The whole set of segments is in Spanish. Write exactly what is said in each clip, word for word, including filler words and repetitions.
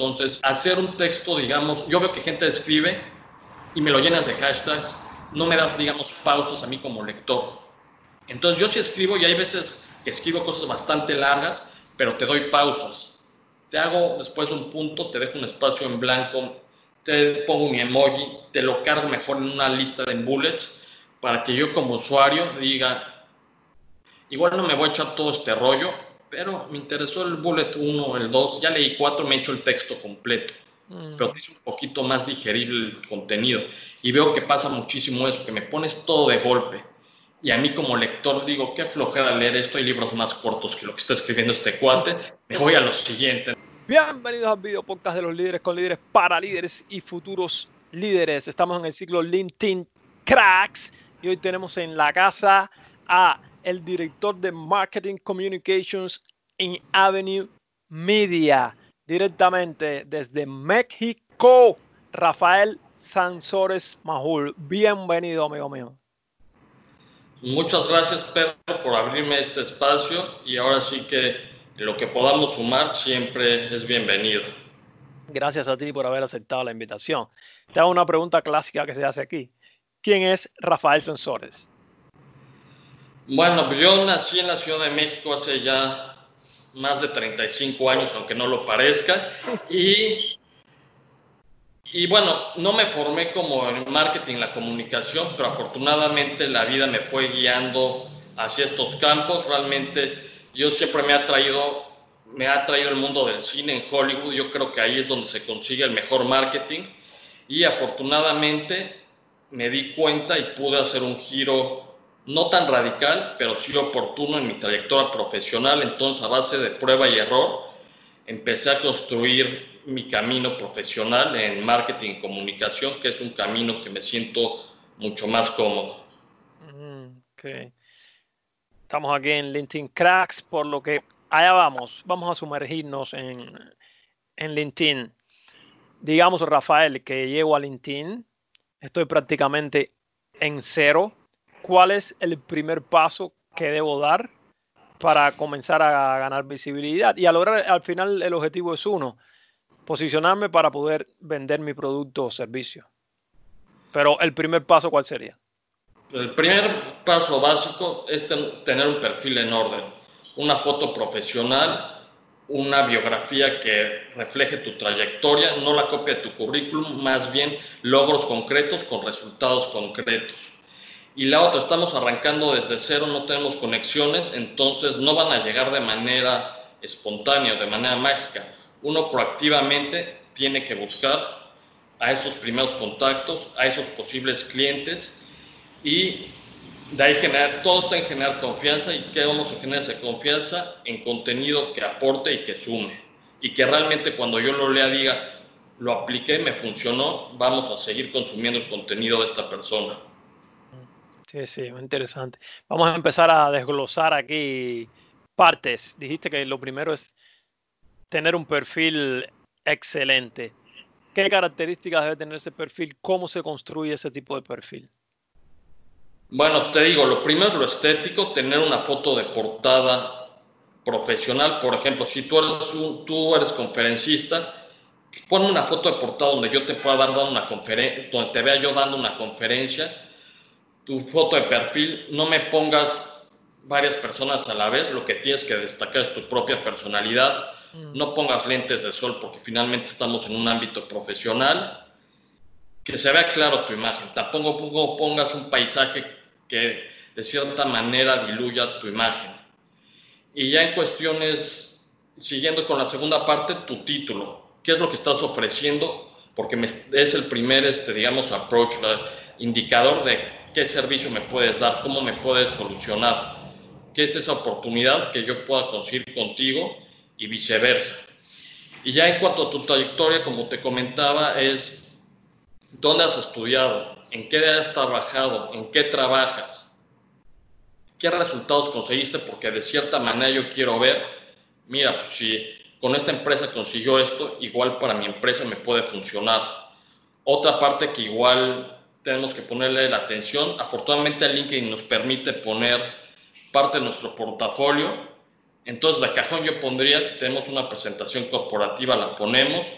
Entonces, hacer un texto, digamos, yo veo que gente escribe y me lo llenas de hashtags, no me das, digamos, pausas a mí como lector. Entonces, yo sí escribo y hay veces que escribo cosas bastante largas, pero te doy pausas. Te hago después un punto, te dejo un espacio en blanco, te pongo mi emoji, te lo cargo mejor en una lista de bullets para que yo como usuario diga, igual no me voy a echar todo este rollo, pero me interesó el bullet uno, el dos, ya leí cuatro, me he hecho el texto completo, mm. pero es un poquito más digerible el contenido. Y veo que pasa muchísimo eso, que me pones todo de golpe. Y a mí como lector digo, qué flojera leer esto, hay libros más cortos que lo que está escribiendo este cuate, me voy a lo siguiente. Bienvenidos al video podcast de los líderes con líderes para líderes y futuros líderes. Estamos en el ciclo LinkedIn Cracks y hoy tenemos en la casa a el director de Marketing Communications en Avenue Media, directamente desde México, Rafael Sansores Majul. Bienvenido, amigo mío. Muchas gracias, Pedro, por abrirme este espacio y ahora sí que lo que podamos sumar siempre es bienvenido. Gracias a ti por haber aceptado la invitación. Te hago una pregunta clásica que se hace aquí. ¿Quién es Rafael Sansores? Bueno, yo nací en la Ciudad de México hace ya más de treinta y cinco años, aunque no lo parezca, y, y bueno, no me formé como en marketing, la comunicación, pero afortunadamente la vida me fue guiando hacia estos campos. Realmente yo siempre me ha traído, me ha traído el mundo del cine en Hollywood. Yo creo que ahí es donde se consigue el mejor marketing y afortunadamente me di cuenta y pude hacer un giro no tan radical, pero sí oportuno en mi trayectoria profesional. Entonces, a base de prueba y error, empecé a construir mi camino profesional en marketing y comunicación, que es un camino que me siento mucho más cómodo. Okay. Estamos aquí en LinkedIn Cracks, por lo que allá vamos. Vamos a sumergirnos en, en LinkedIn. Digamos, Rafael, que llego a LinkedIn, estoy prácticamente en cero. ¿Cuál es el primer paso que debo dar para comenzar a ganar visibilidad? Y a lograr, al final, el objetivo es uno, posicionarme para poder vender mi producto o servicio. Pero el primer paso, ¿cuál sería? El primer paso básico es ten, tener un perfil en orden, una foto profesional, una biografía que refleje tu trayectoria, no la copia de tu currículum, más bien logros concretos con resultados concretos. Y la otra, estamos arrancando desde cero, no tenemos conexiones, entonces no van a llegar de manera espontánea o de manera mágica. Uno proactivamente tiene que buscar a esos primeros contactos, a esos posibles clientes y de ahí generar, todo está en generar confianza. ¿Y qué vamos a generar esa confianza? En contenido que aporte y que sume. Y que realmente cuando yo lo lea diga, lo apliqué, me funcionó, vamos a seguir consumiendo el contenido de esta persona. Sí, sí, muy interesante. Vamos a empezar a desglosar aquí partes. Dijiste que lo primero es tener un perfil excelente. ¿Qué características debe tener ese perfil? ¿Cómo se construye ese tipo de perfil? Bueno, te digo, lo primero es lo estético, tener una foto de portada profesional. Por ejemplo, si tú eres, un, tú eres conferencista, ponme una foto de portada donde yo te pueda dar una conferencia, donde te vea yo dando una conferencia. Tu foto de perfil, no me pongas varias personas a la vez, lo que tienes que destacar es tu propia personalidad. Mm. No pongas lentes de sol porque finalmente estamos en un ámbito profesional. Que se vea claro tu imagen. Tampoco pongas un paisaje que de cierta manera diluya tu imagen. Y ya en cuestiones, siguiendo con la segunda parte, tu título. ¿Qué es lo que estás ofreciendo? Porque me, es el primer, este, digamos, approach, indicador de qué servicio me puedes dar, cómo me puedes solucionar, qué es esa oportunidad que yo pueda conseguir contigo y viceversa. Y ya en cuanto a tu trayectoria, como te comentaba, es dónde has estudiado, en qué has trabajado, en qué trabajas, qué resultados conseguiste, porque de cierta manera yo quiero ver, mira, pues si con esta empresa consiguió esto, igual para mi empresa me puede funcionar. Otra parte que igual tenemos que ponerle la atención, afortunadamente LinkedIn nos permite poner parte de nuestro portafolio. Entonces, de cajón yo pondría, si tenemos una presentación corporativa, la ponemos,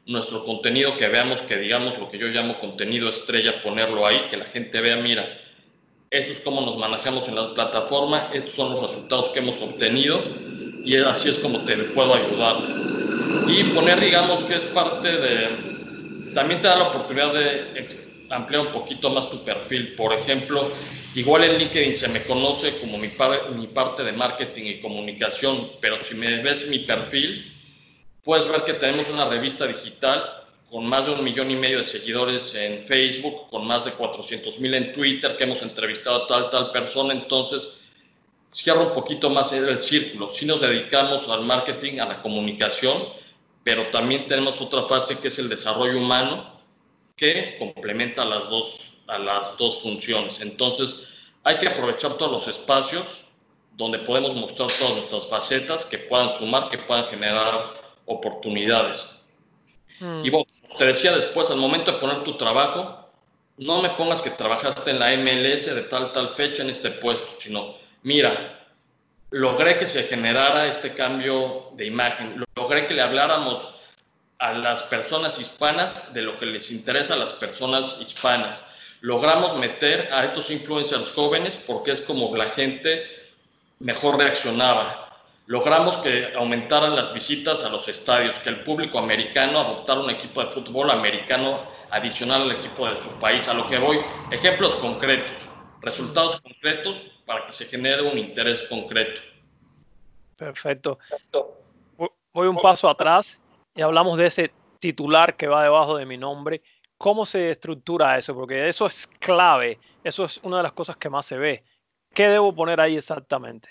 nuestro contenido, que veamos que digamos lo que yo llamo contenido estrella, ponerlo ahí, que la gente vea, mira, esto es cómo nos manejamos en la plataforma, estos son los resultados que hemos obtenido y así es como te puedo ayudar. Y poner, digamos, que es parte de... También te da la oportunidad de ampliar un poquito más tu perfil. Por ejemplo, igual en LinkedIn se me conoce como mi, par mi parte de marketing y comunicación, pero si me ves mi perfil, puedes ver que tenemos una revista digital con más de un millón y medio de seguidores en Facebook, con más de cuatrocientos mil en Twitter, que hemos entrevistado a tal, tal persona. Entonces, cierra un poquito más el círculo. Sí nos dedicamos al marketing, a la comunicación, pero también tenemos otra fase que es el desarrollo humano, que complementa a las dos, a las dos funciones. Entonces, hay que aprovechar todos los espacios donde podemos mostrar todas nuestras facetas que puedan sumar, que puedan generar oportunidades. Mm. Y bueno, te decía después, al momento de poner tu trabajo, no me pongas que trabajaste en la M L S de tal, tal fecha en este puesto, sino, mira, logré que se generara este cambio de imagen, logré que le habláramos a las personas hispanas de lo que les interesa a las personas hispanas. Logramos meter a estos influencers jóvenes porque es como la gente mejor reaccionaba. Logramos que aumentaran las visitas a los estadios, que el público americano adoptara un equipo de fútbol americano adicional al equipo de su país. A lo que voy, ejemplos concretos, resultados concretos para que se genere un interés concreto. Perfecto. Voy un paso atrás y hablamos de ese titular que va debajo de mi nombre. ¿Cómo se estructura eso? Porque eso es clave. Eso es una de las cosas que más se ve. ¿Qué debo poner ahí exactamente?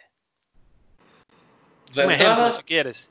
De un entrada, ejemplo, si quieres.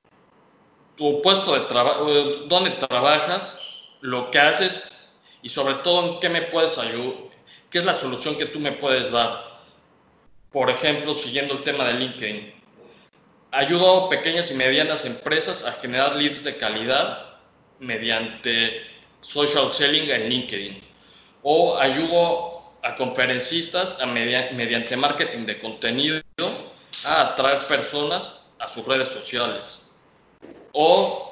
Tu puesto de trabajo, dónde trabajas, lo que haces y sobre todo en qué me puedes ayudar, qué es la solución que tú me puedes dar. Por ejemplo, siguiendo el tema de LinkedIn, ayudo a pequeñas y medianas empresas a generar leads de calidad mediante social selling en LinkedIn. O ayudo a conferencistas a media, mediante marketing de contenido a atraer personas a sus redes sociales. O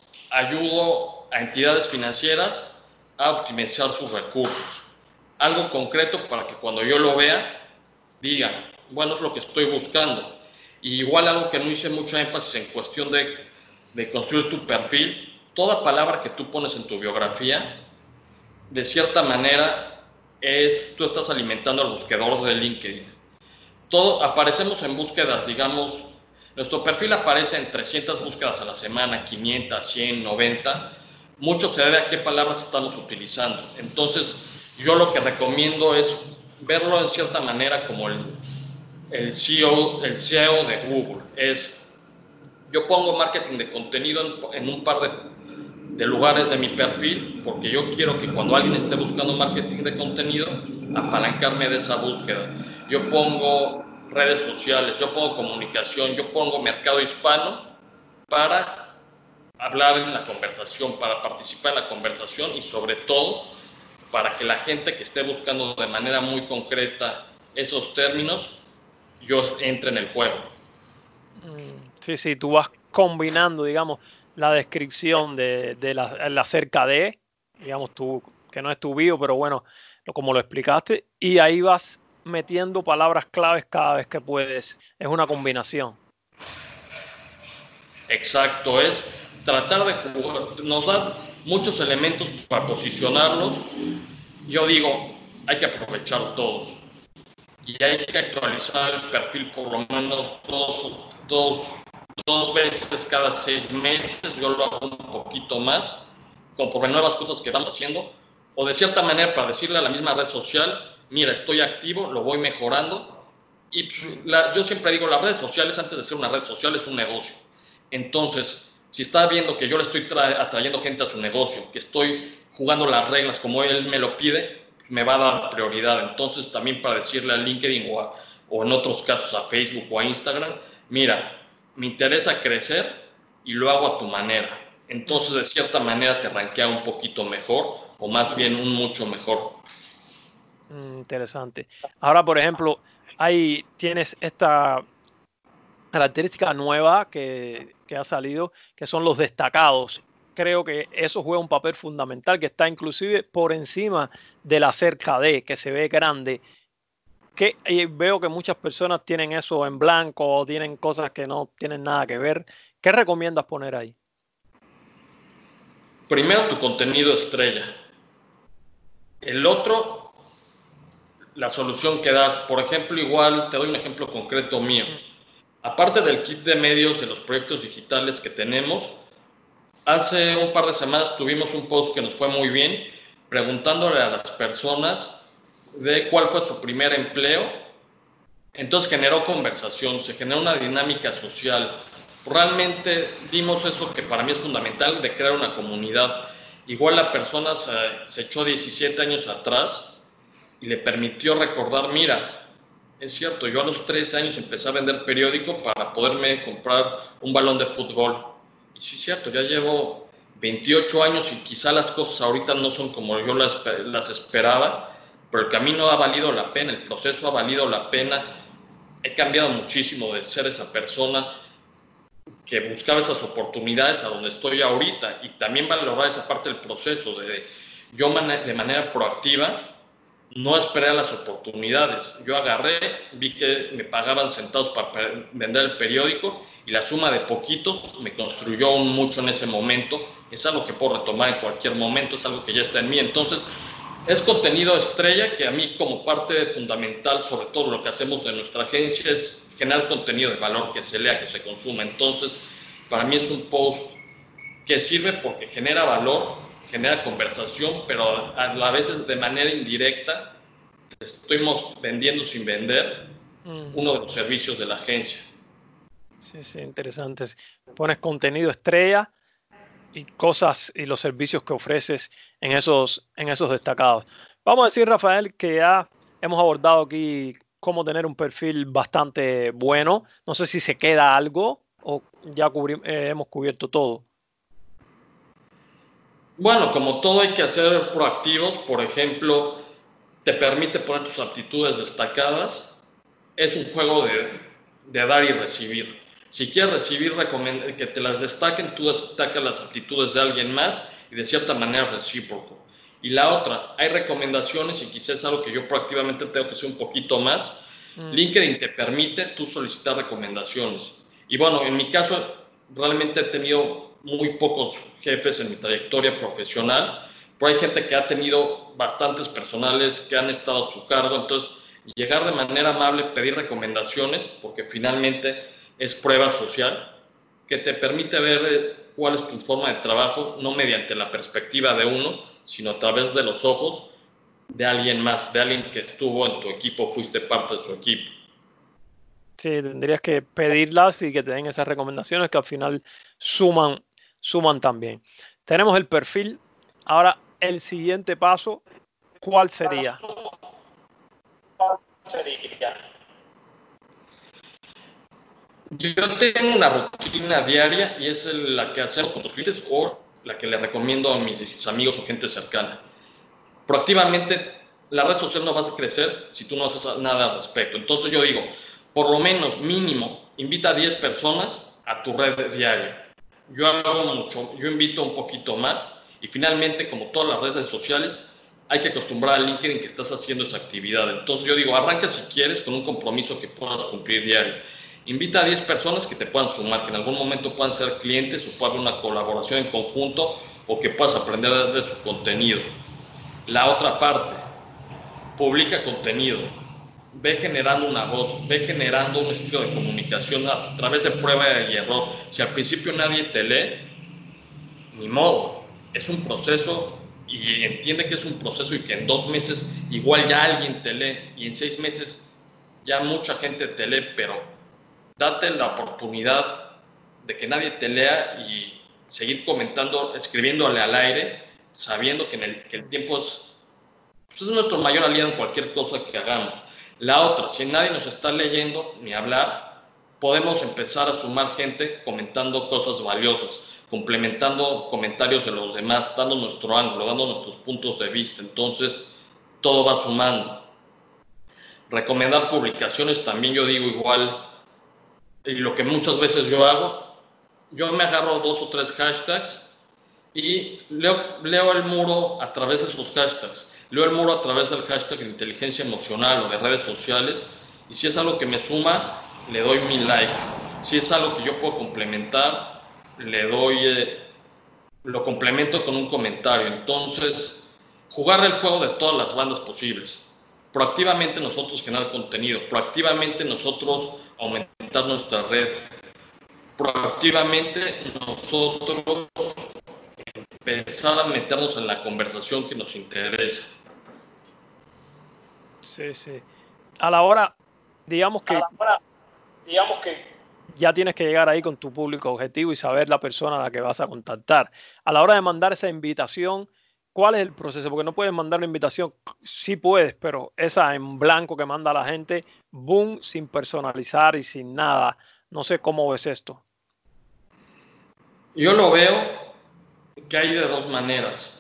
ayudo a entidades financieras a optimizar sus recursos. Algo concreto para que cuando yo lo vea, diga, bueno, es lo que estoy buscando. Y igual algo que no hice mucho énfasis en cuestión de, de construir tu perfil, toda palabra que tú pones en tu biografía, de cierta manera, es, tú estás alimentando al buscador de LinkedIn. Todo, aparecemos en búsquedas, digamos, nuestro perfil aparece en trescientas búsquedas a la semana, quinientas, cien, noventa. Mucho se debe a qué palabras estamos utilizando. Entonces, yo lo que recomiendo es verlo en cierta manera como el, el, C E O, el C E O de Google. Es, yo pongo marketing de contenido en, en un par de, de lugares de mi perfil, porque yo quiero que cuando alguien esté buscando marketing de contenido, apalancarme de esa búsqueda. Yo pongo redes sociales, yo pongo comunicación, yo pongo mercado hispano para hablar en la conversación, para participar en la conversación y sobre todo para que la gente que esté buscando de manera muy concreta esos términos, yo entre en el juego. Sí, sí, tú vas combinando, digamos, la descripción de, de la, la acerca de, digamos, tú, que no es tu bio, pero bueno, como lo explicaste, y ahí vas metiendo palabras claves cada vez que puedes. Es una combinación. Exacto, es tratar de jugar, nos da muchos elementos para posicionarnos. Yo digo, hay que aprovechar todos y hay que actualizar el perfil por lo menos dos, dos, dos veces cada seis meses. Yo lo hago un poquito más conforme nuevas cosas que vamos haciendo, o de cierta manera para decirle a la misma red social, mira, estoy activo, lo voy mejorando. Y la, yo siempre digo, las redes sociales, antes de ser una red social, es un negocio. Entonces, si está viendo que yo le estoy atrayendo gente a su negocio, que estoy jugando las reglas como él me lo pide, me va a dar prioridad. Entonces, también para decirle a LinkedIn o, a, o en otros casos a Facebook o a Instagram, mira, me interesa crecer y lo hago a tu manera. Entonces, de cierta manera, te rankea un poquito mejor o más bien un mucho mejor. Interesante. Ahora, por ejemplo, ahí tienes esta característica nueva que, que ha salido, que son los destacados. creo que eso juega un papel fundamental, que está inclusive por encima de la cerca de, que se ve grande. Que y veo que muchas personas tienen eso en blanco o tienen cosas que no tienen nada que ver. ¿Qué recomiendas poner ahí? Primero, tu contenido estrella. El otro, la solución que das. Por ejemplo, igual te doy un ejemplo concreto mío. Aparte del kit de medios de los proyectos digitales que tenemos, hace un par de semanas tuvimos un post que nos fue muy bien, preguntándole a las personas de cuál fue su primer empleo. Entonces generó conversación, se generó una dinámica social. Realmente dimos eso que para mí es fundamental, de crear una comunidad. Igual la persona se, se echó diecisiete años atrás y le permitió recordar, mira, es cierto, yo a los trece años empecé a vender periódico para poderme comprar un balón de fútbol. Y sí es cierto, ya llevo veintiocho años y quizá las cosas ahorita no son como yo las, las esperaba, pero el camino ha valido la pena, el proceso ha valido la pena. He cambiado muchísimo de ser esa persona que buscaba esas oportunidades a donde estoy ahorita, y también valorar esa parte del proceso de yo de manera proactiva no esperé a las oportunidades. Yo agarré, vi que me pagaban centavos para vender el periódico y la suma de poquitos me construyó mucho en ese momento. Es algo que puedo retomar en cualquier momento, es algo que ya está en mí. Entonces, es contenido estrella que a mí, como parte fundamental, sobre todo lo que hacemos de nuestra agencia, es generar contenido de valor que se lea, que se consuma. Entonces, para mí es un post que sirve porque genera valor, genera conversación, pero a la vez de manera indirecta estamos vendiendo sin vender uno de los servicios de la agencia. Sí, sí, interesantes. Pones contenido estrella y cosas y los servicios que ofreces en esos, en esos destacados. Vamos a decir, Rafael, que ya hemos abordado aquí cómo tener un perfil bastante bueno. No sé si se queda algo o ya cubri eh, hemos cubierto todo. Bueno, como todo hay que ser proactivos. Por ejemplo, te permite poner tus aptitudes destacadas. Es un juego de, de dar y recibir. Si quieres recibir, que te las destaquen, tú destacas las aptitudes de alguien más y de cierta manera recíproco. Y la otra, hay recomendaciones y quizás es algo que yo proactivamente tengo que hacer un poquito más. Mm. LinkedIn te permite tú solicitar recomendaciones. Y bueno, en mi caso, realmente he tenido muy pocos jefes en mi trayectoria profesional, pero hay gente que ha tenido bastantes personales que han estado a su cargo. Entonces, llegar de manera amable, pedir recomendaciones, porque finalmente es prueba social, que te permite ver cuál es tu forma de trabajo, no mediante la perspectiva de uno, sino a través de los ojos de alguien más, de alguien que estuvo en tu equipo, fuiste parte de su equipo. Sí, tendrías que pedirlas y que te den esas recomendaciones que al final suman, suman también. Tenemos el perfil. Ahora, el siguiente paso, ¿cuál sería? ¿Cuál sería? Yo tengo una rutina diaria y es la que hacemos con los clientes o la que le recomiendo a mis amigos o gente cercana. Proactivamente, la red social no va a crecer si tú no haces nada al respecto. Entonces yo digo, por lo menos mínimo, invita a diez personas a tu red diaria. Yo hago mucho, yo invito un poquito más, y finalmente, como todas las redes sociales, hay que acostumbrar a LinkedIn que estás haciendo esa actividad. Entonces yo digo, arranca si quieres con un compromiso que puedas cumplir diario. Invita a diez personas que te puedan sumar, que en algún momento puedan ser clientes o pueda haber una colaboración en conjunto o que puedas aprender de su contenido. La otra parte, publica contenido, ve generando una voz, ve generando un estilo de comunicación a través de prueba y error. Si al principio nadie te lee, ni modo, es un proceso, y entiende que es un proceso y que en dos meses igual ya alguien te lee y en seis meses ya mucha gente te lee, pero date la oportunidad de que nadie te lea y seguir comentando, escribiéndole al aire, sabiendo que, en el, que el tiempo es, pues es nuestro mayor aliado en cualquier cosa que hagamos. La otra, si nadie nos está leyendo ni hablar, podemos empezar a sumar gente comentando cosas valiosas, complementando comentarios de los demás, dando nuestro ángulo, dando nuestros puntos de vista. Entonces, todo va sumando. Recomendar publicaciones también, yo digo igual, y lo que muchas veces yo hago, yo me agarro dos o tres hashtags y leo, leo el muro a través de esos hashtags. Leo el muro a través del hashtag de inteligencia emocional o de redes sociales, y si es algo que me suma, le doy mi like. Si es algo que yo puedo complementar, le doy, eh, lo complemento con un comentario. Entonces, jugar el juego de todas las bandas posibles. Proactivamente nosotros generar contenido, proactivamente nosotros aumentar nuestra red, proactivamente nosotros empezar a meternos en la conversación que nos interesa. Sí, sí. A la hora, digamos que, hora, digamos que ya tienes que llegar ahí con tu público objetivo y saber la persona a la que vas a contactar. A la hora de mandar esa invitación, ¿cuál es el proceso? Porque no puedes mandar una invitación, sí puedes, pero esa en blanco que manda la gente, boom, sin personalizar y sin nada. No sé cómo ves esto. Yo lo veo que hay de dos maneras.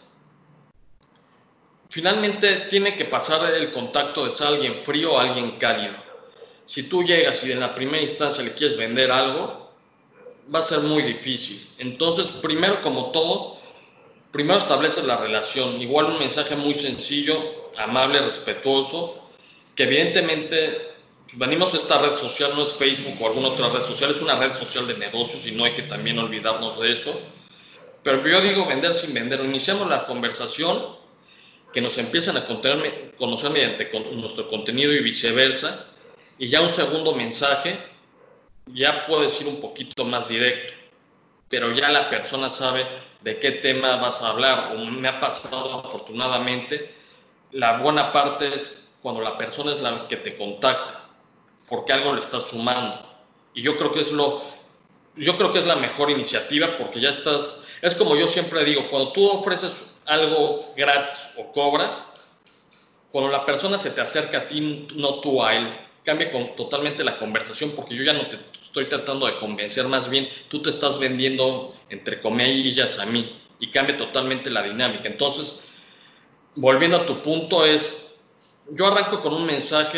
Finalmente tiene que pasar el contacto de ser alguien frío o alguien cálido. Si tú llegas y en la primera instancia le quieres vender algo, va a ser muy difícil. Entonces, primero como todo, primero estableces la relación. Igual un mensaje muy sencillo, amable, respetuoso, que evidentemente venimos a esta red social, no es Facebook o alguna otra red social, es una red social de negocios y no hay que también olvidarnos de eso. Pero yo digo vender sin vender. Iniciamos la conversación, que nos empiezan a conocer mediante nuestro contenido y viceversa, y ya un segundo mensaje ya puede ser un poquito más directo, pero ya la persona sabe de qué tema vas a hablar. O me ha pasado afortunadamente, la buena parte es cuando la persona es la que te contacta, porque algo le está sumando, y yo creo que es lo, yo creo que es la mejor iniciativa, porque ya estás, es como yo siempre digo, cuando tú ofreces algo gratis o cobras, cuando la persona se te acerca a ti, no tú a él, cambia con, totalmente la conversación, porque yo ya no te estoy tratando de convencer, más bien tú te estás vendiendo entre comillas a mí, y cambia totalmente la dinámica. Entonces, volviendo a tu punto, es, yo arranco con un mensaje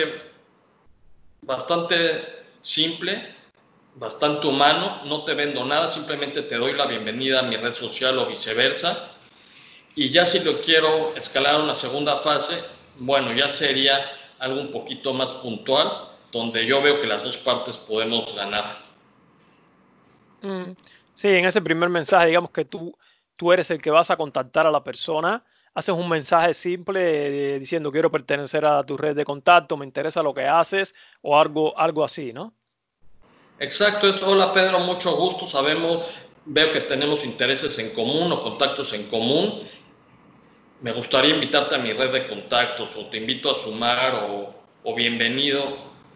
bastante simple, bastante humano, no te vendo nada, simplemente te doy la bienvenida a mi red social o viceversa. Y ya si lo quiero escalar a una segunda fase, bueno, ya sería algo un poquito más puntual, donde yo veo que las dos partes podemos ganar. Mm, sí, en ese primer mensaje, digamos que tú, tú eres el que vas a contactar a la persona, haces un mensaje simple eh, diciendo quiero pertenecer a tu red de contacto, me interesa lo que haces o algo, algo así, ¿no? Exacto, es hola Pedro, mucho gusto, sabemos, veo que tenemos intereses en común o contactos en común. Me gustaría invitarte a mi red de contactos, o te invito a sumar, o, o bienvenido.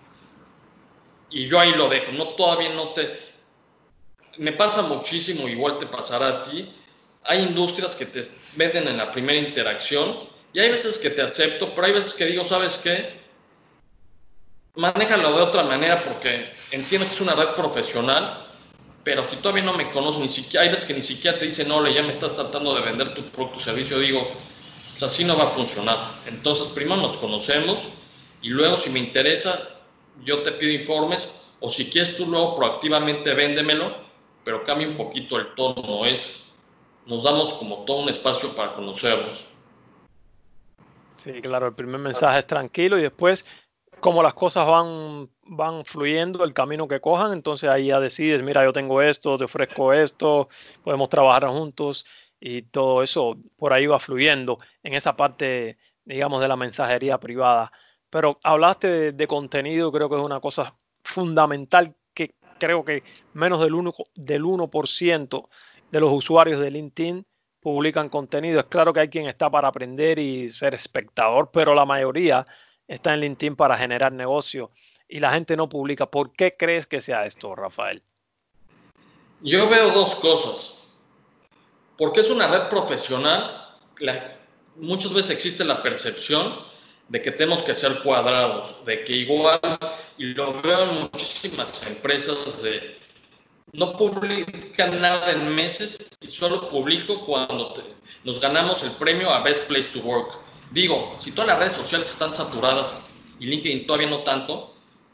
Y yo ahí lo dejo, no, todavía no te... Me pasa muchísimo, igual te pasará a ti. Hay industrias que te venden en la primera interacción, y hay veces que te acepto, pero hay veces que digo, ¿sabes qué? Manéjalo de otra manera, porque entiendo que es una red profesional, pero si todavía no me conoces, ni siquiera, hay veces que ni siquiera te dicen, no, ya me estás tratando de vender tu producto o servicio, digo, pues así no va a funcionar. Entonces, primero nos conocemos, y luego si me interesa, yo te pido informes, o si quieres tú luego proactivamente véndemelo, pero cambia un poquito el tono, es, nos damos como todo un espacio para conocernos. Sí, claro, el primer mensaje es tranquilo y después, como las cosas van, van fluyendo, el camino que cojan, entonces ahí ya decides, mira, yo tengo esto, te ofrezco esto, podemos trabajar juntos y todo eso por ahí va fluyendo en esa parte, digamos, de la mensajería privada. Pero hablaste de, de contenido, creo que es una cosa fundamental que creo que menos del uno, del uno por ciento de los usuarios de LinkedIn publican contenido. Es claro que hay quien está para aprender y ser espectador, pero la mayoría está en LinkedIn para generar negocio y la gente no publica. ¿Por qué crees que sea esto, Rafael? Yo veo dos cosas. Porque es una red profesional, la, muchas veces existe la percepción de que tenemos que ser cuadrados, de que igual, y lo veo en muchísimas empresas, de no publican nada en meses y solo publico cuando te, nos ganamos el premio a Best Place to Work. Digo, si todas las redes sociales están saturadas y LinkedIn todavía no tanto,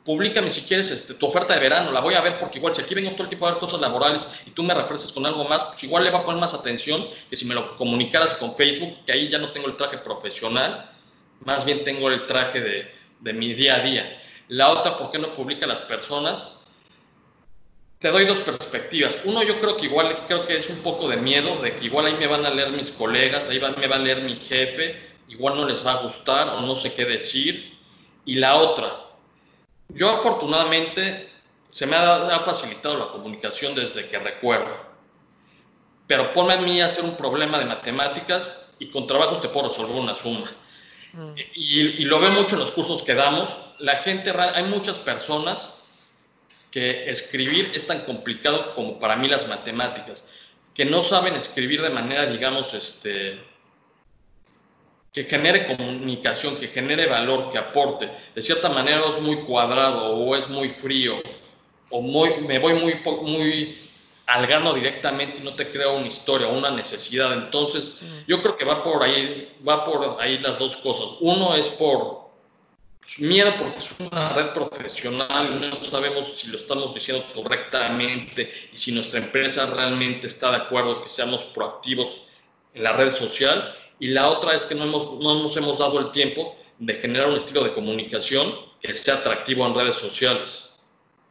públicame si quieres este, tu oferta de verano, la voy a ver porque igual si aquí vengo todo el tiempo a ver cosas laborales y tú me refrescas con algo más, pues igual le va a poner más atención que si me lo comunicaras con Facebook, que ahí ya no tengo el traje profesional, más bien tengo el traje de, de mi día a día. La otra, ¿por qué no publica las personas? Te doy dos perspectivas. Uno, yo creo que igual creo que es un poco de miedo, de que igual ahí me van a leer mis colegas, ahí van, me va a leer mi jefe, igual no les va a gustar o no sé qué decir. Y la otra, yo afortunadamente se me ha, ha facilitado la comunicación desde que recuerdo, pero ponme a mí a hacer un problema de matemáticas y con trabajos te puedo resolver una suma. Mm. Y, y lo veo mucho en los cursos que damos. La gente, hay muchas personas que escribir es tan complicado como para mí las matemáticas, que no saben escribir de manera, digamos, este, que genere comunicación, que genere valor, que aporte. De cierta manera es muy cuadrado o es muy frío o muy, me voy muy, muy al grano directamente y no te creo una historia o una necesidad. Entonces, yo creo que va por ahí, va por ahí las dos cosas. Uno es por miedo porque es una red profesional y no sabemos si lo estamos diciendo correctamente y si nuestra empresa realmente está de acuerdo que seamos proactivos en la red social. Y la otra es que no, hemos, no nos hemos dado el tiempo de generar un estilo de comunicación que sea atractivo en redes sociales.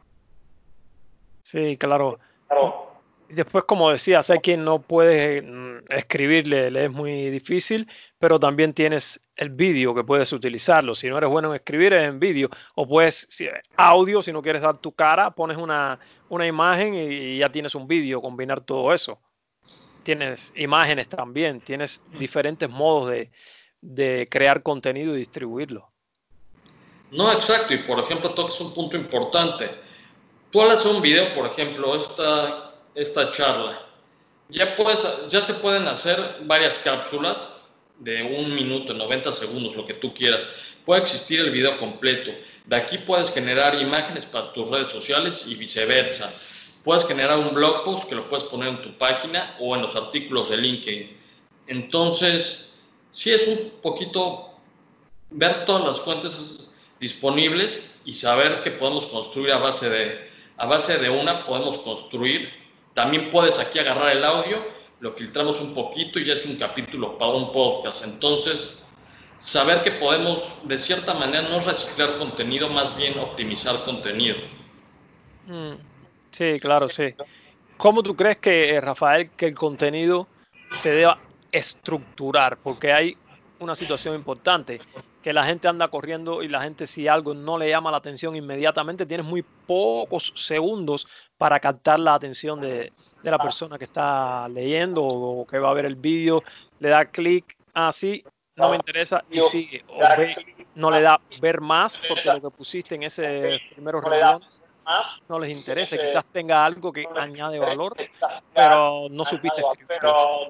Sí, claro. claro. Después, como decía, sé quien no puede escribir, le, le es muy difícil, pero también tienes el vídeo que puedes utilizarlo. Si no eres bueno en escribir, es en vídeo. O puedes, si, audio, si no quieres dar tu cara, pones una, una imagen y, y ya tienes un vídeo, combinar todo eso. Tienes imágenes también, tienes diferentes modos de, de crear contenido y distribuirlo. No, exacto. Y por ejemplo, tocas un punto importante. Tú al hacer un video, por ejemplo, esta, esta charla, ya, puedes, ya se pueden hacer varias cápsulas de un minuto, noventa segundos, lo que tú quieras. Puede existir el video completo. De aquí puedes generar imágenes para tus redes sociales y viceversa. Puedes generar un blog post que lo puedes poner en tu página o en los artículos de LinkedIn. Entonces, sí es un poquito ver todas las fuentes disponibles y saber que podemos construir a base de, a base de una, podemos construir. También puedes aquí agarrar el audio, lo filtramos un poquito y ya es un capítulo para un podcast. Entonces, saber que podemos, de cierta manera, no reciclar contenido, más bien optimizar contenido. Mm, sí, claro, sí. ¿Cómo tú crees que, Rafael, que el contenido se deba estructurar? Porque hay una situación importante, que la gente anda corriendo y la gente, si algo no le llama la atención inmediatamente, tienes muy pocos segundos para captar la atención de, de la persona que está leyendo o que va a ver el vídeo, le da clic, así, ah, no me interesa y sigue, o ve, no le da ver más porque lo que pusiste en ese primeros renglones no les interesa, quizás tenga algo que añade valor, pero no supiste escribirlo.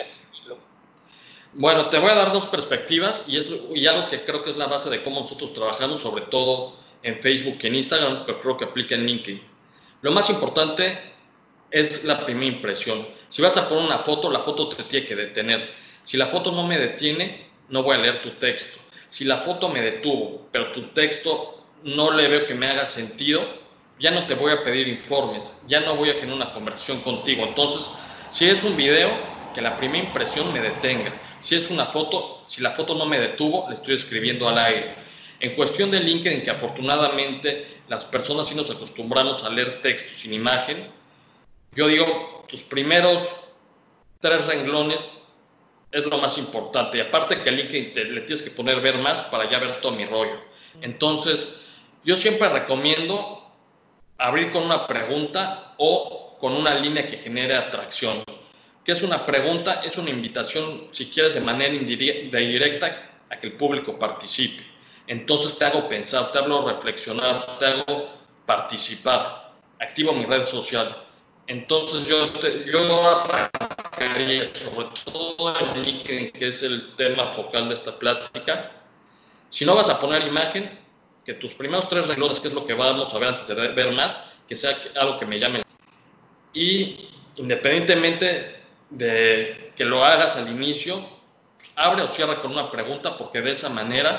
Bueno, te voy a dar dos perspectivas y, es, y algo que creo que es la base de cómo nosotros trabajamos, sobre todo en Facebook y en Instagram, pero creo que aplica en LinkedIn. Lo más importante es la primera impresión. Si vas a poner una foto, la foto te tiene que detener. Si la foto no me detiene, no voy a leer tu texto. Si la foto me detuvo, pero tu texto no le veo que me haga sentido, ya no te voy a pedir informes, ya no voy a generar una conversación contigo. Entonces, si es un video, que la primera impresión me detenga. Si es una foto, si la foto no me detuvo, le estoy escribiendo al aire. En cuestión de LinkedIn, que afortunadamente las personas sí nos acostumbramos a leer texto sin imagen, yo digo, tus primeros tres renglones es lo más importante. Y aparte que a LinkedIn te, le tienes que poner ver más para ya ver todo mi rollo. Entonces, yo siempre recomiendo abrir con una pregunta o con una línea que genere atracción. ¿Qué es una pregunta? Es una invitación, si quieres, de manera indirecta a que el público participe. Entonces te hago pensar, te hago reflexionar, te hago participar. Activo mi red social. Entonces yo, te, yo arrancaría, sobre todo en LinkedIn, que es el tema focal de esta plática. Si no vas a poner imagen, que tus primeros tres renglones, que es lo que vamos a ver antes de ver más, que sea algo que me llame. Y independientemente de que lo hagas al inicio, pues abre o cierra con una pregunta, porque de esa manera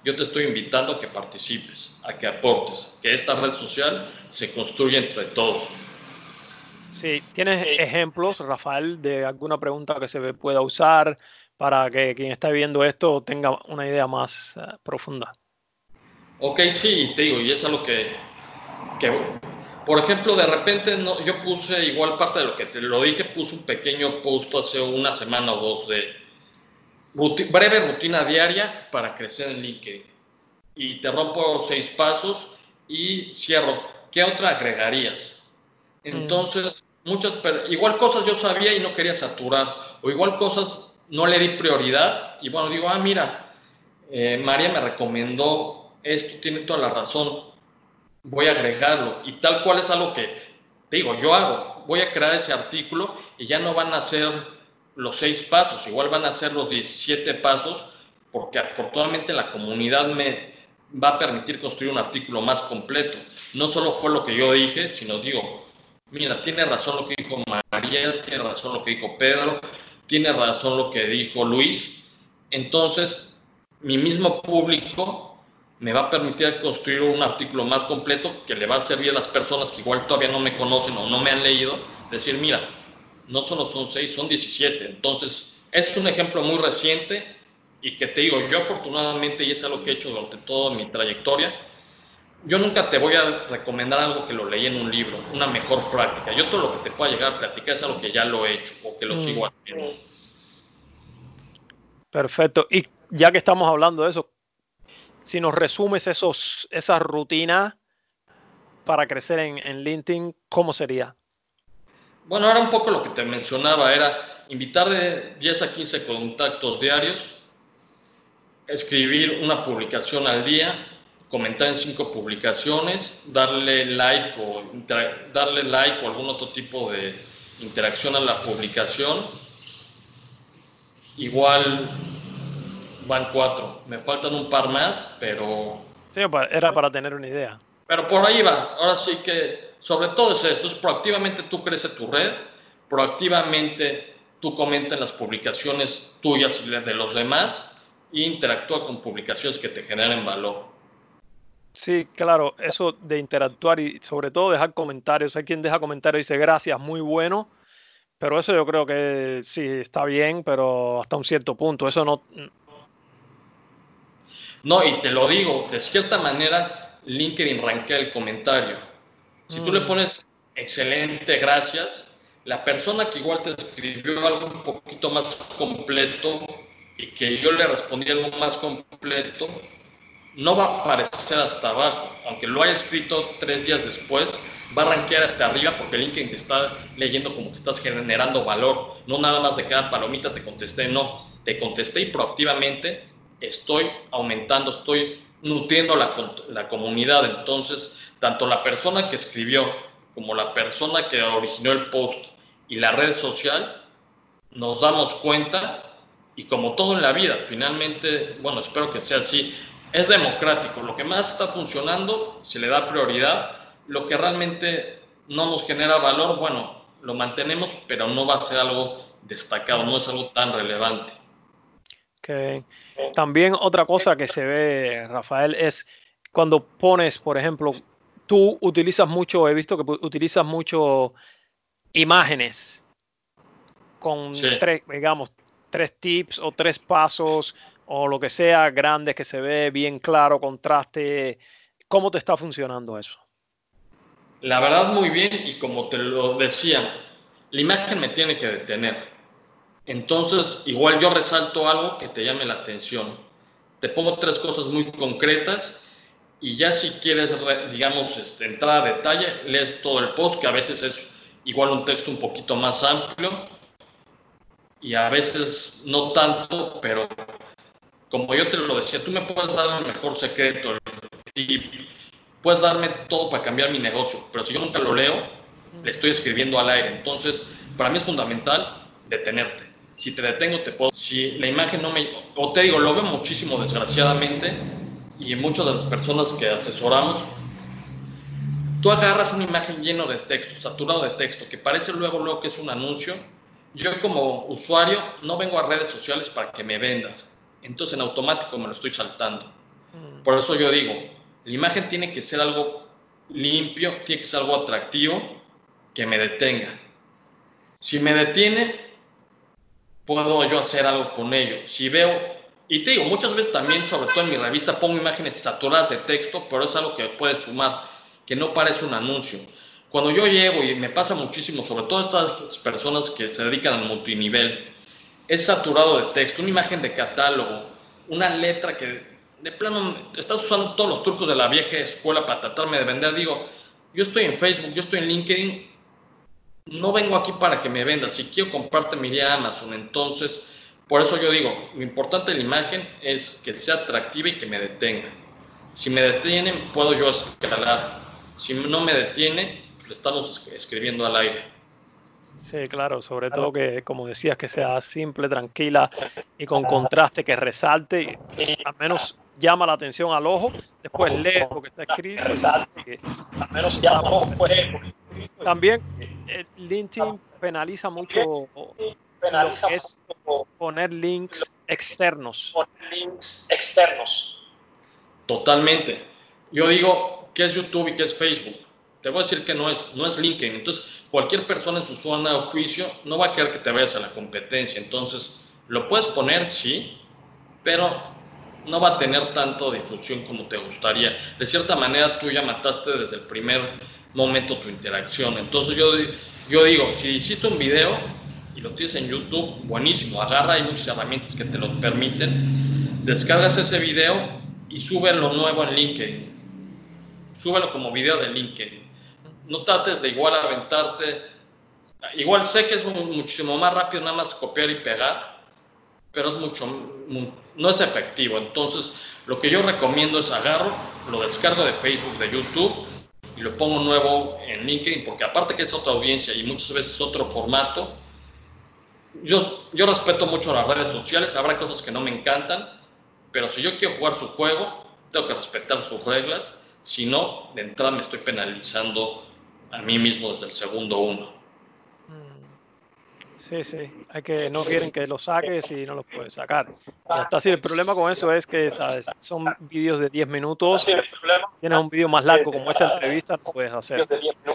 Yo te estoy invitando a que participes, a que aportes, que esta red social se construya entre todos. Sí, ¿tienes ejemplos, Rafael, de alguna pregunta que se pueda usar para que quien esté viendo esto tenga una idea más uh, profunda? Ok, sí, te digo, y es algo que, que, por ejemplo, de repente no, yo puse, igual parte de lo que te lo dije, puse un pequeño post hace una semana o dos de ruti, breve rutina diaria para crecer en LinkedIn. Y te rompo seis pasos y cierro. ¿Qué otra agregarías? Mm. Entonces, muchas, igual cosas yo sabía y no quería saturar, o igual cosas no le di prioridad y bueno, digo, ah, mira, eh, María me recomendó esto, tiene toda la razón, voy a agregarlo y tal cual es algo que, te digo, yo hago, voy a crear ese artículo y ya no van a ser los seis pasos, igual van a ser los diecisiete pasos, porque afortunadamente la comunidad me va a permitir construir un artículo más completo. No solo fue lo que yo dije, sino digo, mira, tiene razón lo que dijo María, tiene razón lo que dijo Pedro, tiene razón lo que dijo Luis. Entonces, mi mismo público me va a permitir construir un artículo más completo que le va a servir a las personas que igual todavía no me conocen o no me han leído, decir, mira, no solo son seis, son diecisiete. Entonces, es un ejemplo muy reciente y que te digo, yo afortunadamente, y es algo que he hecho durante toda mi trayectoria, yo nunca te voy a recomendar algo que lo leí en un libro, una mejor práctica. Yo todo lo que te pueda llegar a platicar es algo que ya lo he hecho o que lo sigo Mm. haciendo. Perfecto. Y ya que estamos hablando de eso, si nos resumes esos, esas rutinas para crecer en, en LinkedIn, ¿cómo sería? Bueno, ahora un poco lo que te mencionaba era invitar de diez a quince contactos diarios, escribir una publicación al día, comentar en cinco publicaciones, darle like o darle like o algún otro tipo de interacción a la publicación. Igual van cuatro, me faltan un par más, pero Sí, era para tener una idea. pero por ahí va. Ahora sí que sobre todo es esto, es proactivamente tú creces tu red, proactivamente tú comentas las publicaciones tuyas y de los demás e interactúa con publicaciones que te generen valor. Sí, claro, eso de interactuar y sobre todo dejar comentarios. Hay quien deja comentarios y dice gracias, muy bueno, pero eso yo creo que sí está bien, pero hasta un cierto punto. Eso no. No, y te lo digo, de cierta manera LinkedIn rankea el comentario. Si tú le Mm, pones excelente, gracias, la persona que igual te escribió algo un poquito más completo y que yo le respondí algo más completo, no va a aparecer hasta abajo, aunque lo haya escrito tres días después, va a rankear hasta arriba porque LinkedIn te está leyendo como que estás generando valor, no nada más de cada palomita te contesté, no, te contesté y proactivamente estoy aumentando, estoy nutriendo la, la comunidad. Entonces, tanto la persona que escribió como la persona que originó el post y la red social, nos damos cuenta y como todo en la vida, finalmente, bueno, espero que sea así, es democrático. Lo que más está funcionando se le da prioridad. Lo que realmente no nos genera valor, bueno, lo mantenemos, pero no va a ser algo destacado, no es algo tan relevante. que también otra cosa que se ve, Rafael, es cuando pones, por ejemplo, tú utilizas mucho, he visto que pu- utilizas mucho imágenes con Sí. tres, digamos, tres tips o tres pasos o lo que sea, grandes, que se ve bien claro, contraste. ¿Cómo te está funcionando eso? La verdad muy bien y como te lo decía, la imagen me tiene que detener. Entonces, igual yo resalto algo que te llame la atención. Te pongo tres cosas muy concretas y ya si quieres, digamos, este, entrar a detalle, lees todo el post, que a veces es igual un texto un poquito más amplio y a veces no tanto, pero como yo te lo decía, tú me puedes dar el mejor secreto, el tip, puedes darme todo para cambiar mi negocio, pero si yo nunca lo leo, le estoy escribiendo al aire. Entonces, para mí es fundamental detenerte. Si te detengo, te puedo... Si la imagen no me... O te digo, lo veo muchísimo, desgraciadamente, y muchas de las personas que asesoramos, tú agarras una imagen llena de texto, saturado de texto, que parece luego, luego que es un anuncio. Yo como usuario no vengo a redes sociales para que me vendas. Entonces en automático me lo estoy saltando. Mm. Por eso yo digo, la imagen tiene que ser algo limpio, tiene que ser algo atractivo, que me detenga. Si me detiene, puedo yo hacer algo con ello. Si veo, y te digo, muchas veces también, sobre todo en mi revista, pongo imágenes saturadas de texto, pero es algo que puede sumar, que no parece un anuncio. Cuando yo llego, y me pasa muchísimo, sobre todo estas personas que se dedican al multinivel, es saturado de texto, una imagen de catálogo, una letra que de plano estás usando todos los trucos de la vieja escuela para tratarme de vender. Digo, yo estoy en Facebook, yo estoy en LinkedIn, no vengo aquí para que me vendas. Si quiero comprarte, me iría a Amazon. Entonces, por eso yo digo, lo importante de la imagen es que sea atractiva y que me detenga. Si me detienen, puedo yo escalar. Si no me detiene, le estamos escribiendo al aire. Sí, claro, sobre todo que, como decías, que sea simple, tranquila y con contraste, que resalte, al menos llama la atención al ojo, después lee lo que está escrito y que está perfecto. También eh, LinkedIn penaliza mucho lo que es poner links externos. Totalmente. Yo digo, ¿qué es YouTube y qué es Facebook? Te voy a decir que no es, no es LinkedIn. Entonces, cualquier persona en su zona o juicio no va a querer que te vayas a la competencia. Entonces, lo puedes poner, sí, pero no va a tener tanto difusión como te gustaría. De cierta manera, tú ya mataste desde el primer momento tu interacción. Entonces, yo, yo digo, si hiciste un video y lo tienes en YouTube, buenísimo, agarra, hay muchas herramientas que te lo permiten. Descargas ese video y sube lo nuevo en LinkedIn. Súbelo como video de LinkedIn. No trates de igual aventarte. Igual sé que es muchísimo más rápido nada más copiar y pegar, pero es mucho, no es efectivo. Entonces, lo que yo recomiendo es agarro, lo descargo de Facebook, de YouTube y lo pongo nuevo en LinkedIn, porque aparte que es otra audiencia y muchas veces otro formato, yo, yo respeto mucho las redes sociales, habrá cosas que no me encantan, pero si yo quiero jugar su juego, tengo que respetar sus reglas, si no, de entrada me estoy penalizando a mí mismo desde el segundo uno. Mm. Sí, sí, hay que, no quieren que lo saques y no lo puedes sacar. Y ya está. Sí, el problema con eso es que, ¿sabes? Son vídeos de diez minutos. Tienes un vídeo más largo como esta entrevista, lo puedes hacer.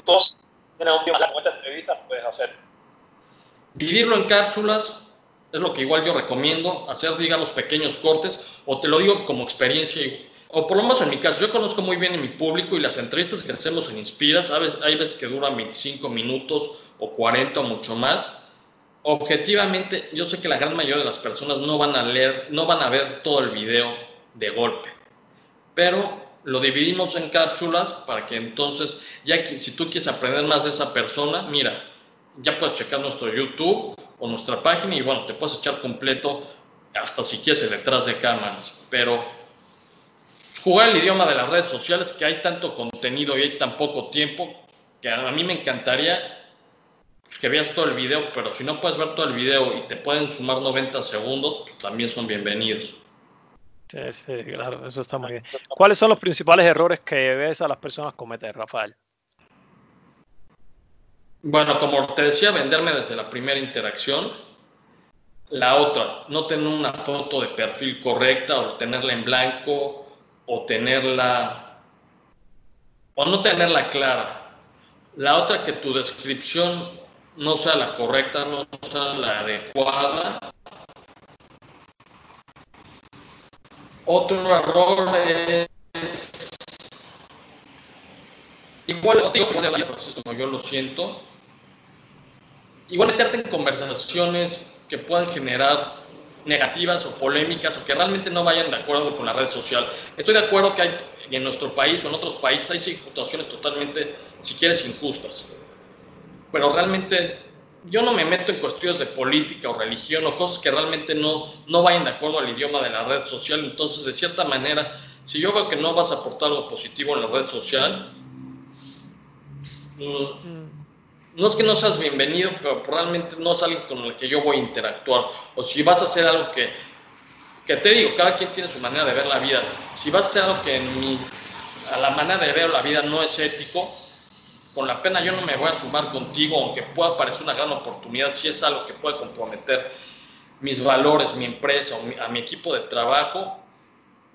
Dividirlo en cápsulas es lo que igual yo recomiendo, hacer, digamos, pequeños cortes, o te lo digo como experiencia, o por lo menos en mi caso, yo conozco muy bien en mi público y las entrevistas que hacemos en Inspira, ¿sabes? Hay veces que duran veinticinco minutos o cuarenta o mucho más. Objetivamente, yo sé que la gran mayoría de las personas no van a leer, no van a ver todo el video de golpe, pero lo dividimos en cápsulas para que entonces, ya que si tú quieres aprender más de esa persona, mira, ya puedes checar nuestro YouTube o nuestra página y bueno, te puedes echar completo hasta si quieres el detrás de cámaras, pero jugar el idioma de las redes sociales, que hay tanto contenido y hay tan poco tiempo, que a mí me encantaría que veas todo el video, pero si no puedes ver todo el video y te pueden sumar noventa segundos, pues también son bienvenidos. Sí, sí, claro, eso está muy bien. ¿Cuáles son los principales errores que ves a las personas cometer, Rafael? Bueno, como te decía, venderme desde la primera interacción. La otra, no tener una foto de perfil correcta o tenerla en blanco o tenerla o no tenerla clara. La otra, que tu descripción no sea la correcta, no sea la adecuada. Otro error es igual, digo, como yo lo siento, igual meterte en conversaciones que puedan generar negativas o polémicas o que realmente no vayan de acuerdo con la red social. Estoy de acuerdo que hay en nuestro país o en otros países hay situaciones totalmente, si quieres, injustas. Pero realmente yo no me meto en cuestiones de política o religión o cosas que realmente no, no vayan de acuerdo al idioma de la red social. Entonces, de cierta manera, si yo veo que no vas a aportar algo positivo en la red social, Mm. no es que no seas bienvenido, pero realmente no es alguien con el que yo voy a interactuar. O si vas a hacer algo que, que te digo, cada quien tiene su manera de ver la vida. Si vas a hacer algo que en mi, a la manera de ver la vida no es ético, con la pena yo no me voy a sumar contigo, aunque pueda parecer una gran oportunidad, si es algo que puede comprometer mis valores, mi empresa o mi, a mi equipo de trabajo,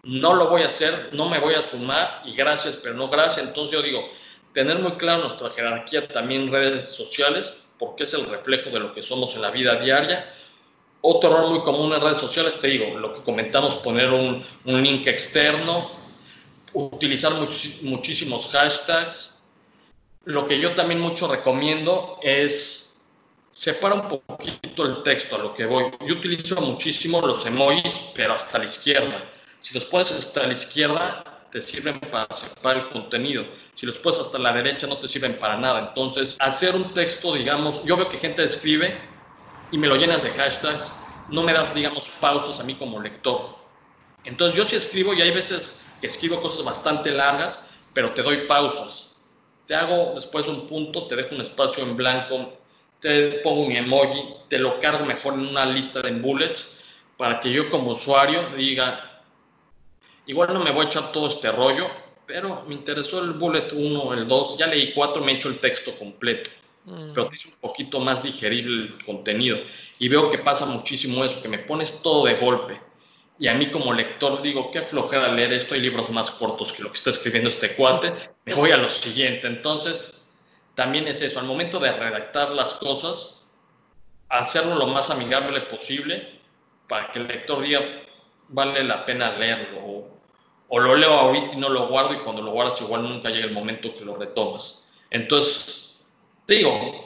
no lo voy a hacer, no me voy a sumar y gracias, pero no gracias. Entonces yo digo, tener muy claro nuestra jerarquía también en redes sociales, porque es el reflejo de lo que somos en la vida diaria. Otro error muy común en redes sociales, te digo, lo que comentamos, poner un, un link externo, utilizar much, muchísimos hashtags. Lo que yo también mucho recomiendo es separa un poquito el texto a lo que voy. Yo utilizo muchísimo los emojis, pero hasta la izquierda. Si los pones hasta la izquierda, te sirven para separar el contenido. Si los pones hasta la derecha, no te sirven para nada. Entonces, hacer un texto, digamos, yo veo que gente escribe y me lo llenas de hashtags, no me das, digamos, pausas a mí como lector. Entonces, yo sí escribo y hay veces que escribo cosas bastante largas, pero te doy pausas. Te hago después de un punto, te dejo un espacio en blanco, te pongo un emoji, te lo cargo mejor en una lista de bullets para que yo como usuario diga, igual no me voy a echar todo este rollo, pero me interesó el bullet uno, el dos, ya leí cuatro, me he hecho el texto completo, mm. pero es un poquito más digerible el contenido. Y veo que pasa muchísimo eso, que me pones todo de golpe. Y a mí como lector digo, qué flojera leer esto, hay libros más cortos que lo que está escribiendo este cuate, me voy a lo siguiente. Entonces, también es eso, al momento de redactar las cosas, hacerlo lo más amigable posible para que el lector diga, vale la pena leerlo, o, o lo leo ahorita y no lo guardo, y cuando lo guardas igual nunca llega el momento que lo retomas. Entonces, digo,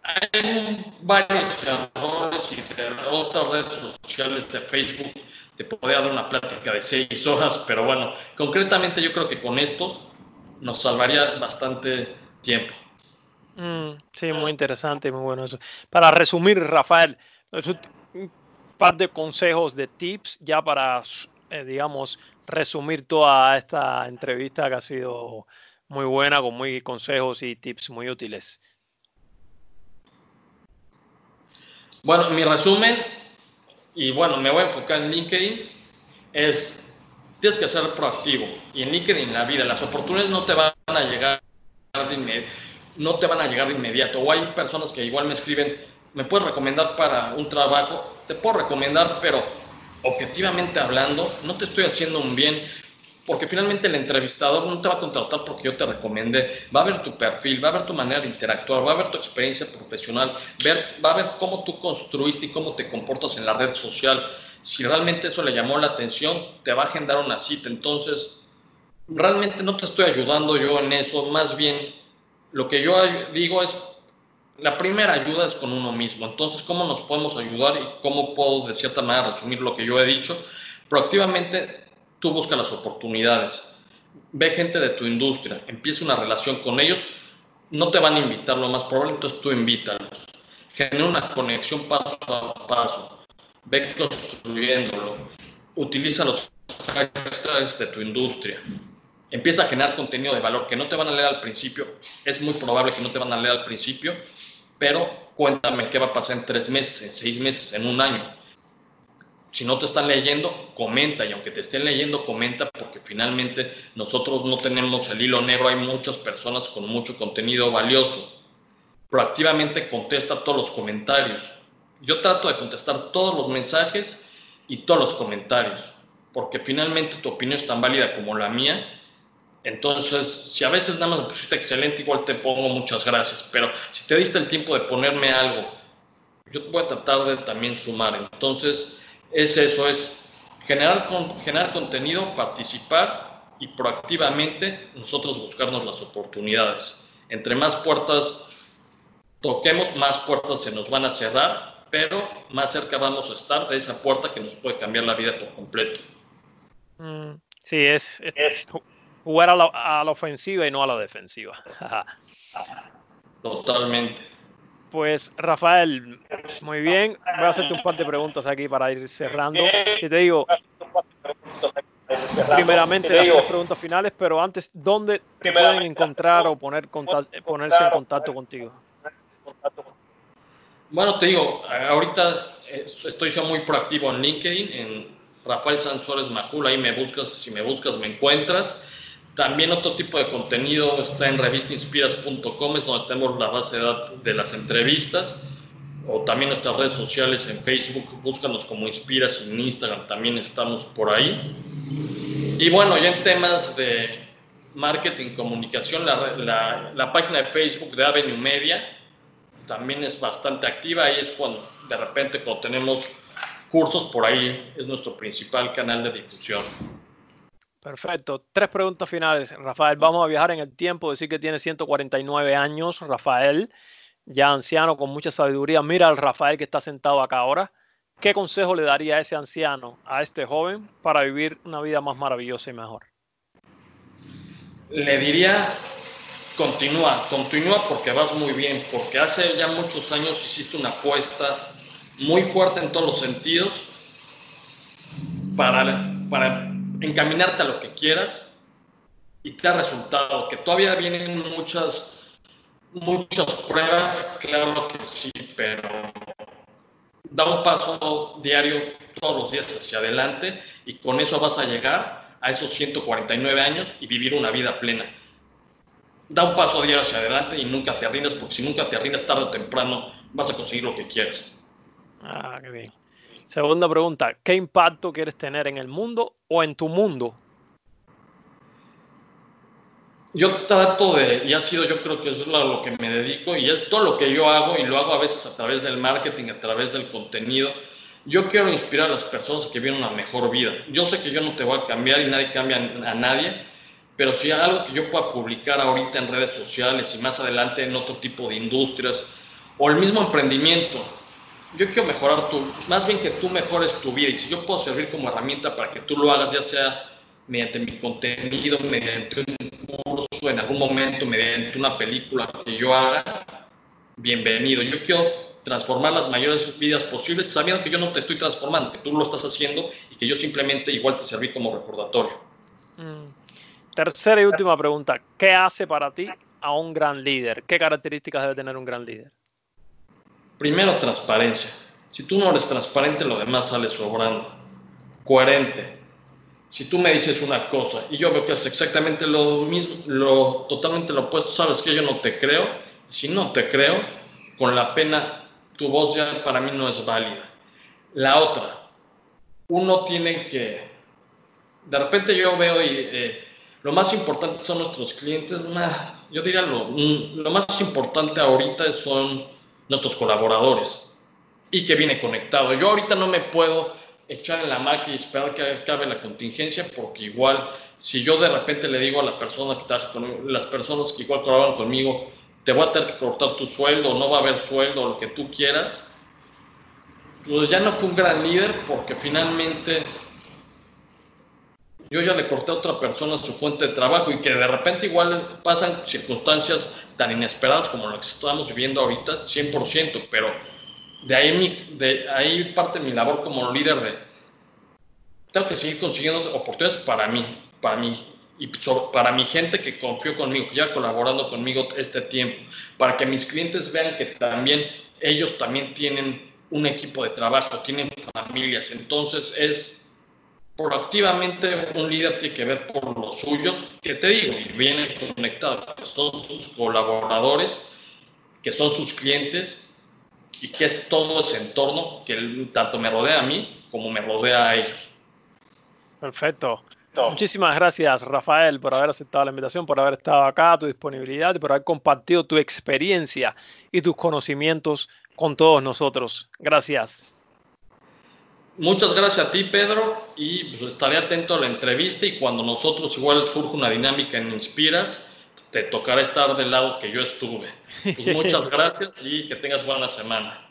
hay varios errores y de otras redes sociales de Facebook te podría dar una plática de seis horas, pero bueno, concretamente yo creo que con estos nos salvaría bastante tiempo. Mm, sí, muy interesante, muy bueno eso. Para resumir, Rafael, un par de consejos, de tips, ya para, eh, digamos, resumir toda esta entrevista que ha sido muy buena, con muy consejos y tips muy útiles. Bueno, mi resumen, y bueno, me voy a enfocar en LinkedIn, es, tienes que ser proactivo. Y en LinkedIn, en la vida, las oportunidades no te van a llegar de inmediato, no te van a llegar de inmediato. O hay personas que igual me escriben, ¿me puedes recomendar para un trabajo? Te puedo recomendar, pero objetivamente hablando, no te estoy haciendo un bien, porque finalmente el entrevistador no te va a contratar porque yo te recomendé. Va a ver tu perfil, va a ver tu manera de interactuar, va a ver tu experiencia profesional, ver, va a ver cómo tú construiste y cómo te comportas en la red social. Si realmente eso le llamó la atención, te va a agendar una cita. Entonces, realmente no te estoy ayudando yo en eso, más bien lo que yo digo es, la primera ayuda es con uno mismo. Entonces, ¿cómo nos podemos ayudar y cómo puedo de cierta manera resumir lo que yo he dicho? Proactivamente, tú buscas las oportunidades, ve gente de tu industria, empieza una relación con ellos, no te van a invitar lo más probable, entonces tú invítalos, genera una conexión paso a paso, ve construyéndolo, utiliza los hashtags de tu industria, empieza a generar contenido de valor que no te van a leer al principio, es muy probable que no te van a leer al principio, pero cuéntame qué va a pasar en tres meses, en seis meses, en un año. Si no te están leyendo, comenta, y aunque te estén leyendo, comenta, porque finalmente nosotros no tenemos el hilo negro, hay muchas personas con mucho contenido valioso. Proactivamente contesta todos los comentarios. Yo trato de contestar todos los mensajes y todos los comentarios, porque finalmente tu opinión es tan válida como la mía. Entonces, si a veces nada más me pusiste excelente, igual te pongo muchas gracias, pero si te diste el tiempo de ponerme algo, yo voy a tratar de también sumar. Entonces, es eso, es generar, con, generar contenido, participar y proactivamente nosotros buscarnos las oportunidades. Entre más puertas toquemos, más puertas se nos van a cerrar, pero más cerca vamos a estar de esa puerta que nos puede cambiar la vida por completo. Mm, sí, es, es, es jugar a la, a la ofensiva y no a la defensiva. Totalmente. Pues, Rafael, muy bien. Voy a hacerte un par de preguntas aquí para ir cerrando. Y te digo, primeramente las tres preguntas finales, pero antes, ¿dónde te pueden encontrar o poner ponerse en contacto contigo? Bueno, te digo, ahorita estoy yo muy proactivo en LinkedIn, en Rafael Sansores Majul, ahí me buscas, si me buscas me encuentras. También otro tipo de contenido está en revista inspiras punto com, es donde tenemos la base de datos de las entrevistas, o también nuestras redes sociales en Facebook, búscanos como Inspiras, y en Instagram también estamos por ahí. Y bueno, ya en temas de marketing, comunicación, la, la, la página de Facebook de Avenue Media también es bastante activa. Ahí es cuando de repente cuando tenemos cursos, por ahí es nuestro principal canal de difusión. Perfecto. Tres preguntas finales, Rafael. Vamos a viajar en el tiempo, decir que tiene ciento cuarenta y nueve años, Rafael, ya anciano, con mucha sabiduría. Mira al Rafael que está sentado acá ahora. ¿Qué consejo le daría a ese anciano, a este joven, para vivir una vida más maravillosa y mejor? Le diría, continúa, continúa porque vas muy bien, porque hace ya muchos años hiciste una apuesta muy fuerte en todos los sentidos para, para encaminarte a lo que quieras y te ha resultado, que todavía vienen muchas, muchas pruebas, claro que sí, pero da un paso diario todos los días hacia adelante y con eso vas a llegar a esos ciento cuarenta y nueve años y vivir una vida plena. Da un paso diario hacia adelante y nunca te rindas, porque si nunca te rindas, tarde o temprano vas a conseguir lo que quieres. Ah, qué bien. Segunda pregunta, ¿qué impacto quieres tener en el mundo o en tu mundo? Yo trato de, y ha sido yo creo que eso es a lo que me dedico, y es todo lo que yo hago, y lo hago a veces a través del marketing, a través del contenido. Yo quiero inspirar a las personas que viven una mejor vida. Yo sé que yo no te voy a cambiar y nadie cambia a nadie, pero si hay algo que yo pueda publicar ahorita en redes sociales y más adelante en otro tipo de industrias, o el mismo emprendimiento, yo quiero mejorar tu, más bien que tú mejores tu vida, y si yo puedo servir como herramienta para que tú lo hagas, ya sea mediante mi contenido, mediante un curso, en algún momento, mediante una película que yo haga, bienvenido. Yo quiero transformar las mayores vidas posibles, sabiendo que yo no te estoy transformando, que tú lo estás haciendo y que yo simplemente igual te serví como recordatorio. Mm. Tercera y última pregunta, ¿qué hace para ti a un gran líder? ¿Qué características debe tener un gran líder? Primero, transparencia. Si tú no eres transparente, lo demás sale sobrando. Coherente. Si tú me dices una cosa y yo veo que es exactamente lo mismo, lo totalmente lo opuesto, sabes que yo no te creo. Si no te creo, con la pena, tu voz ya para mí no es válida. La otra, uno tiene que, de repente yo veo y eh, lo más importante son nuestros clientes. Nah, yo diría lo, lo más importante ahorita son nuestros colaboradores y que viene conectado. Yo ahorita no me puedo echar en la máquina y esperar que acabe la contingencia, porque igual si yo de repente le digo a la persona que está conmigo, las personas que igual colaboran conmigo, te voy a tener que cortar tu sueldo, no va a haber sueldo, lo que tú quieras, pues ya no fue un gran líder, porque finalmente yo ya le corté a otra persona su fuente de trabajo, y que de repente igual pasan circunstancias tan inesperadas como lo que estamos viviendo ahorita, cien por ciento, pero de ahí, mi, de ahí parte mi labor como líder de tengo que seguir consiguiendo oportunidades para mí, para mí y para mi gente que confió conmigo, que ya colaborando conmigo este tiempo, para que mis clientes vean que también ellos también tienen un equipo de trabajo, tienen familias. Entonces es proactivamente un líder tiene que ver por los suyos, que te digo, y viene conectado, que son sus colaboradores, que son sus clientes, y que es todo ese entorno que tanto me rodea a mí como me rodea a ellos. Perfecto. Muchísimas gracias, Rafael, por haber aceptado la invitación, por haber estado acá, tu disponibilidad y por haber compartido tu experiencia y tus conocimientos con todos nosotros. Gracias. Muchas gracias a ti, Pedro, y pues estaré atento a la entrevista, y cuando nosotros igual surja una dinámica en Inspiras, te tocará estar del lado que yo estuve. Pues muchas gracias y que tengas buena semana.